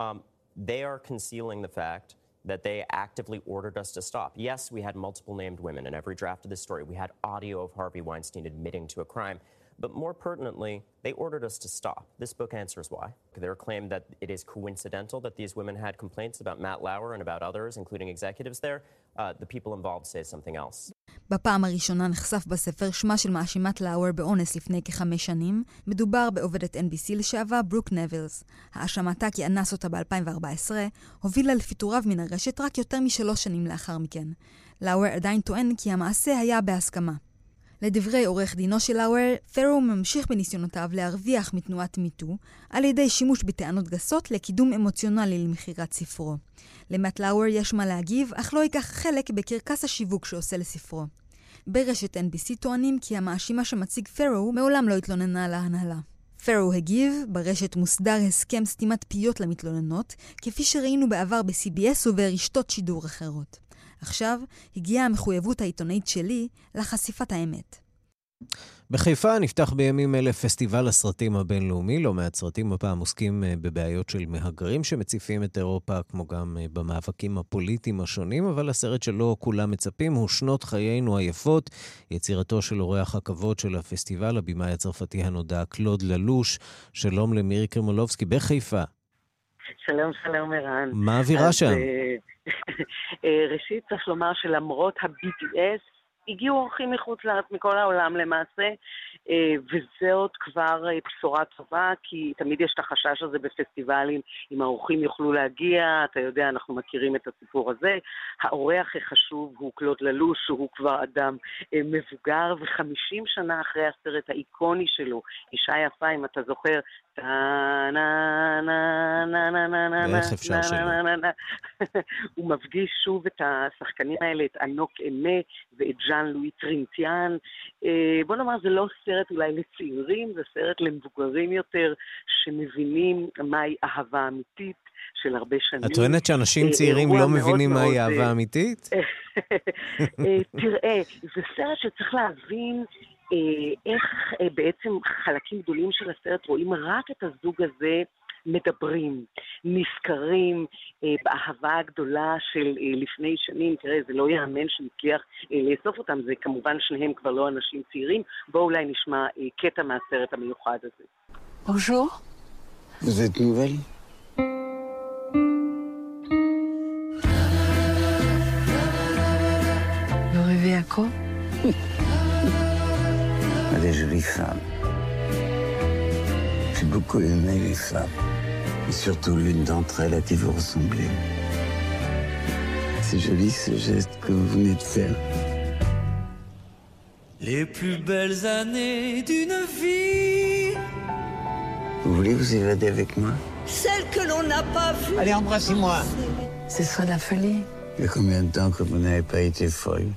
They are concealing the fact that they actively ordered us to stop. Yes, we had multiple named women in every draft of this story. We had audio of Harvey Weinstein admitting to a crime. But more pertinently, they ordered us to stop. This book answers why. Their claim that it is coincidental that these women had complaints about Matt Lauer and about others, including executives there. The people involved say something else. בפעם הראשונה נחשף בספר שמה של מאשימת לאואר באונס לפני כ5 שנים. מדובר בעובדת NBC לשעבר ברוק נבילס. האשמתה כי אנס אותה ב-2014 הובילה לפיטוריו מן הרשת רק יותר מ3 שנים לאחר מכן. לאואר עדיין טוען כי המעשה היה בהסכמה. לדברי עורך דינו של לאואר, פארו ממשיך בניסיונותיו להרוויח מתנועת מיטו על ידי שימוש בטענות גסות לקידום אמוציונלי למחירת ספרו. למאט לאואר יש מה להגיב, אך לא ייקח חלק בקרקס השיווק שעושה לספרו. ברשת NBC טוענים כי המאשימה שמציג פארו מעולם לא התלוננה על ההנהלה. פארו הגיב, ברשת מוסדר הסכם סתימת פיות למתלוננות, כפי שראינו בעבר ב-CBS וברשתות שידור אחרות. עכשיו הגיעה המחויבות העיתונאית שלי לחשיפת האמת. בחיפה נפתח בימים אלה פסטיבל הסרטים הבינלאומי. לא מעט סרטים הפעם עוסקים בבעיות של מהגרים שמציפים את אירופה, כמו גם במאבקים הפוליטיים השונים, אבל הסרט שלו כולם מצפים הוא שנות חיינו היפות, יצירתו של אורח הכבוד של הפסטיבל, הבמאי הצרפתי הנודע קלוד ללוש. שלום למירי קרמולובסקי בחיפה. שלום, שלום ערן. מה האווירה שם? ראשית צריך לומר שלמרות ה-BDS, הגיעו אורחים מחוץ לארץ מכל העולם למעשה, וזאת כבר בשורה טובה, כי תמיד יש את החשש הזה בפסטיבלים, אם האורחים יוכלו להגיע, אתה יודע, אנחנו מכירים את הסיפור הזה. האורח החשוב הוא קלוד ללוש, שהוא כבר אדם מבוגר, ו50 שנה אחרי הסרט האיקוני שלו, אישה יפה, אם אתה זוכר, ואיך אפשר שלא? הוא מפגיש שוב את השחקנים האלה, את אנוק אמה ואת ז'אן לואי טרינטיאן. בוא נאמר, זה לא סרט אולי לצעירים, זה סרט למבוגרים יותר, שמבינים מהי אהבה אמיתית של הרבה שנים. את טוענת שאנשים צעירים לא מבינים מהי אהבה אמיתית? תראה, זה סרט שצריך להבין איך בעצם חלקים גדולים של הסרט רואים רק את הזוג הזה מדברים, נזכרים באהבה הגדולה של לפני שנים. תראה, זה לא יאמן שנצליח לאסוף אותם, זה כמובן שניהם כבר לא אנשים צעירים. בואו אולי נשמע קטע מהסרט המיוחד הזה. Bonjour. Vous êtes nouvelle? Vous rêvez à quoi? À des jolies femmes. J'ai beaucoup aimé les femmes. Et surtout l'une d'entre elles à qui vous ressemblez. C'est joli ce geste que vous venez de faire. Les plus belles années d'une vie. Vous voulez vous évader avec moi? Celles que l'on n'a pas vues. Allez, embrassez-moi. Ce sera la folie. Il y a combien de temps que vous n'avez pas été folle?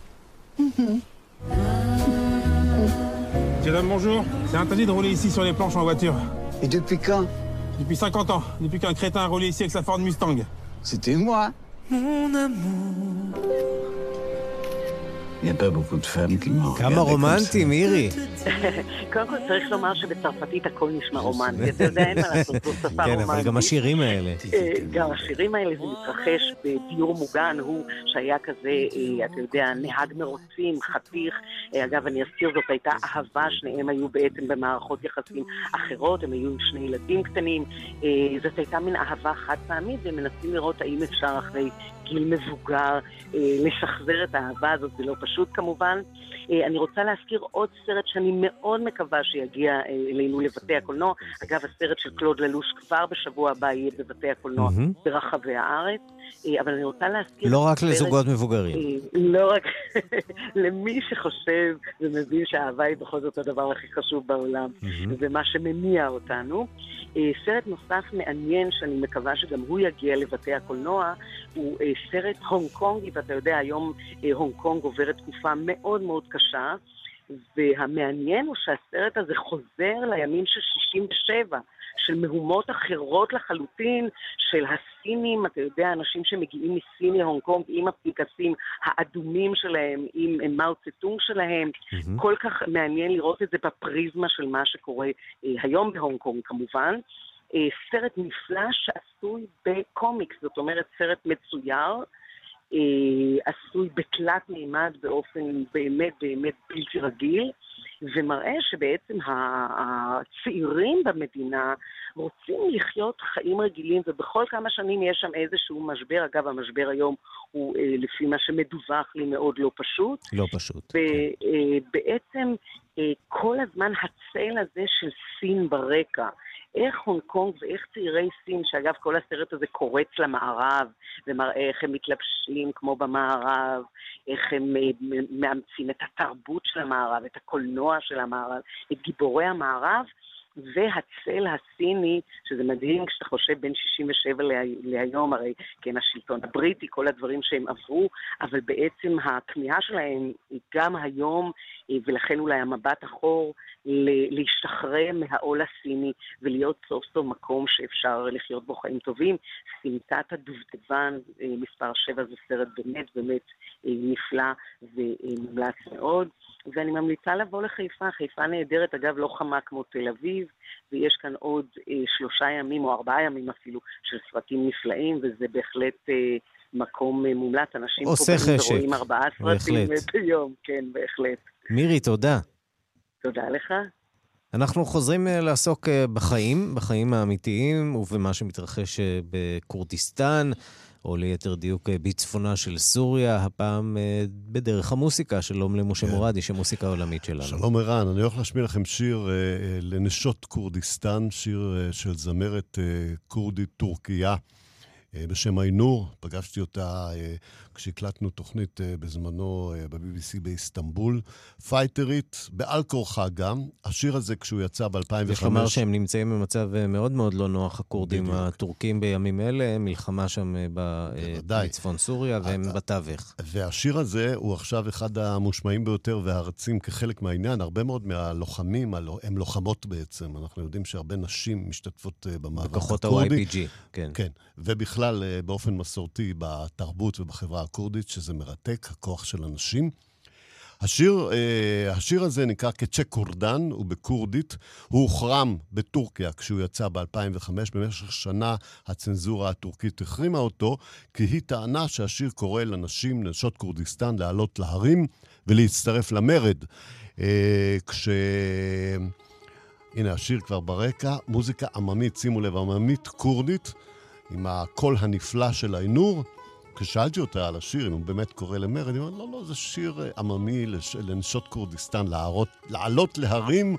Madame, bonjour. C'est interdit de rouler ici sur les planches en voiture. Et depuis quand? Depuis 50 ans. Depuis qu'un crétin a roulé ici avec sa Ford Mustang. C'était moi. Mon amour. Il n'y a pas beaucoup de femmes qui m'ont regardé כמה רומנטי, מירי. קודם כל צריך לומר שבצרפתית הכל נשמע רומנטי. אתה יודע, אין מה לעשות, זו שפה רומנטית. כן, אבל גם השירים האלה. גם השירים האלה, זה מתרחש בדיור מוגן, הוא שהיה כזה, אתה יודע, נהג מרוצים, חתיך. אגב, אני אזכיר, זאת הייתה אהבה, שניהם היו בעצם במערכות יחסים אחרות, הם היו עם שני ילדים קטנים. זאת הייתה מין אהבה חד פעמית, ומנסים לראות האם אפשר אחרי גיל מבוגר לשחזר את האהבה הזאת, זה לא פשוט כמובן. אני רוצה להזכיר עוד סרט שאני מאוד מקווה שיגיע אלינו לבתי הקולנוע. אגב, הסרט של קלוד ללוש כבר בשבוע הבא יהיה בבתי הקולנוע ברחבי הארץ. אבל אני רוצה להזכיר... לא רק לזוגות מבוגרים. לא רק למי שחושב ומבין שהאהבה היא בכל זאת הדבר הכי חשוב בעולם. זה מה שמניע אותנו. סרט נוסף מעניין שאני מקווה שגם הוא יגיע לבתי הקולנוע, הוא סרט הונג קונגי, ואתה יודע, היום הונג קונג עוברת תקופה מאוד מאוד קשה, והמעניין הוא שהסרט הזה חוזר לימים של 67, של מהומות אחרות לחלוטין, של הסינים, אתה יודע, אנשים שמגיעים מסין להונג קונג עם הפנקסים האדומים שלהם, עם מאו צטונג שלהם. כל כך מעניין לראות את זה בפריזמה של מה שקורה היום בהונג קונג כמובן. סרט נפלא שעשוי בקומיקס, זאת אומרת סרט מצויר, עשוי בתלת מימד באופן באמת באמת בלתי רגיל, ומראה שבעצם הצעירים במדינה רוצים לחיות חיים רגילים, ובכל כמה שנים יש שם איזשהו משבר. אגב, המשבר היום הוא לפי מה שמדווח לי מאוד לא פשוט. לא פשוט. ובעצם כל הזמן הצל הזה של סין ברקע, איך הונג קונג ואיך צעירי סין, שאגב כל הסרט הזה קורץ למערב, ומראה איך הם מתלבשים כמו במערב, איך הם מאמצים את התרבות של המערב, את הקולנוע של המערב, את גיבורי המערב, והצל הסיני, שזה מדהים כשאתה חושב בין 67 להיום, הרי כן השלטון הבריטי, כל הדברים שהם עברו, אבל בעצם הכמיהה שלהם היא גם היום, ולכן אולי המבט אחור, להשתחרר מהעול הסיני, ולהיות סוף סוף מקום שאפשר לחיות בו חיים טובים. סמטת הדובדבן, מספר 7, זה סרט באמת באמת נפלא ומומלץ מאוד. ואני ממליצה לבוא לחיפה. חיפה נהדרת, אגב, לא חמה כמו תל אביב, ויש כאן עוד 3 ימים או 4 ימים אפילו של סרטים נפלאים, וזה בהחלט מקום מומלץ. אנשים עושה חשק. ורואים 4 סרטים ביום, כן, בהחלט. מירי, תודה. תודה לך. אנחנו חוזרים לעסוק בחיים האמיתיים ובמה שמתרחש בכורדיסטן, או ליתר דיוק בצפונה של סוריה, הפעם בדרך המוסיקה. שלום למשה מורדי, שמוסיקה עולמית שלנו. שלום ערן, אני הולך להשמיע לכם שיר לנשות כורדיסטן, שיר של זמרת כורדית טורקיה בשם איינור. פגשתי אותה כשהקלטנו תוכנית בזמנו ב-BBC באיסטנבול. פייטרית, בעל כורחה גם. השיר הזה כשהוא יצא ב-2005... יש לומר שהם נמצאים במצב מאוד מאוד לא נוח, הכורדים הטורקים בימים אלה, מלחמה שם בצפון סוריה, והם בתווך. והשיר הזה הוא עכשיו אחד המושמעים ביותר והארצים כחלק מהעניין. הרבה מאוד מהלוחמים, הם לוחמות בעצם. אנחנו יודעים שהרבה נשים משתתפות במאבק בכוחות הכורדי. ה-YPG, כן. כן, ובכלל באופן מסורתי בתרבות ובחברה הכורדית, שזה מרתק, הכוח של אנשים. השיר הזה נקרא קצ'ה קורדן, הוא בכורדית. הוא הוחרם בטורקיה כשהוא יצא ב-2005. במשך שנה הצנזורה הטורקית החרימה אותו, כי היא טענה שהשיר קורא לנשים, לנשות כורדיסטן, לעלות להרים ולהצטרף למרד. הנה השיר כבר ברקע, מוזיקה עממית, שימו לב, עממית כורדית, עם הקול הנפלא של איינור. כששאלתי אותה על השיר, אם הוא באמת קורא למרד, היא אומרת, לא, זה שיר עממי לנשות כורדיסטן, לעלות להרים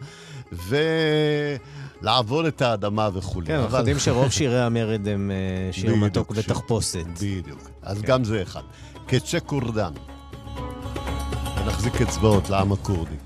ולעבוד את האדמה וכו'. כן, אנחנו יודעים שרוב שירי המרד הם שיר מתוק בתחפושת. בדיוק, אז גם זה אחד. קצ'ה קורדן. ונחזיק אצבעות לעם הכורדי.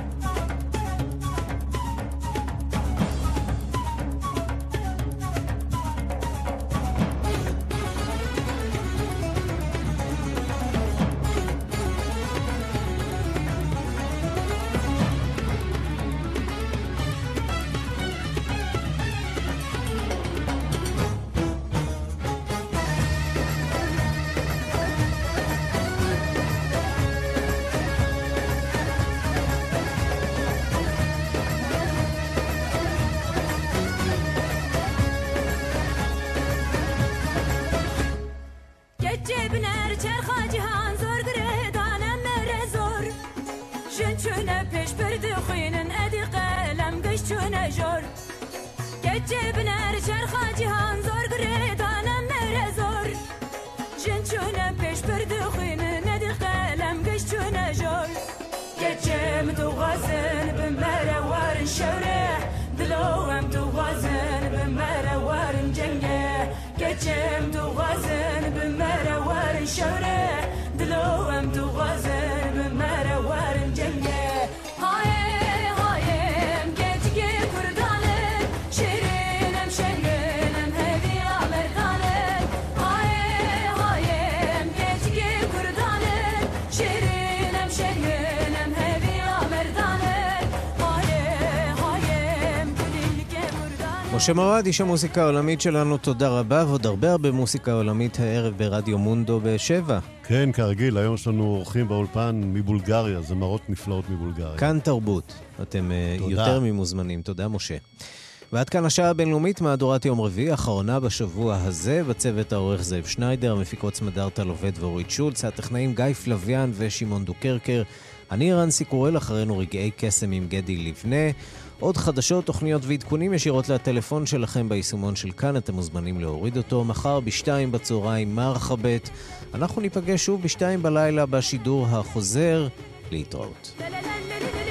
משה מורדי, איש המוסיקה העולמית שלנו, תודה רבה, ועוד הרבה מוסיקה עולמית הערב ברדיו מונדו ב-7. כן, כרגיל, היום יש לנו אורחים באולפן מבולגריה, זמרות נפלאות מבולגריה. כאן תרבות, אתם יותר ממוזמנים, תודה משה. ועד כאן השעה הבינלאומית, מהדורת יום רביעי, האחרונה בשבוע הזה, בצוות העורך זאב שניידר, המפיקות סמדארטה לובד ואורית שולץ, הטכנאים גיא פלוויאן ושמעון דוקרקר, אני ערן סיקורל, אחרינו רגעי קסם עם גדי לבנה. עוד חדשות, תוכניות ועדכונים ישירות לטלפון שלכם ביישומון של כאן, אתם מוזמנים להוריד אותו. מחר ב-2 בצהריים מרחבת. אנחנו ניפגש שוב ב-2 בלילה בשידור החוזר. להתראות.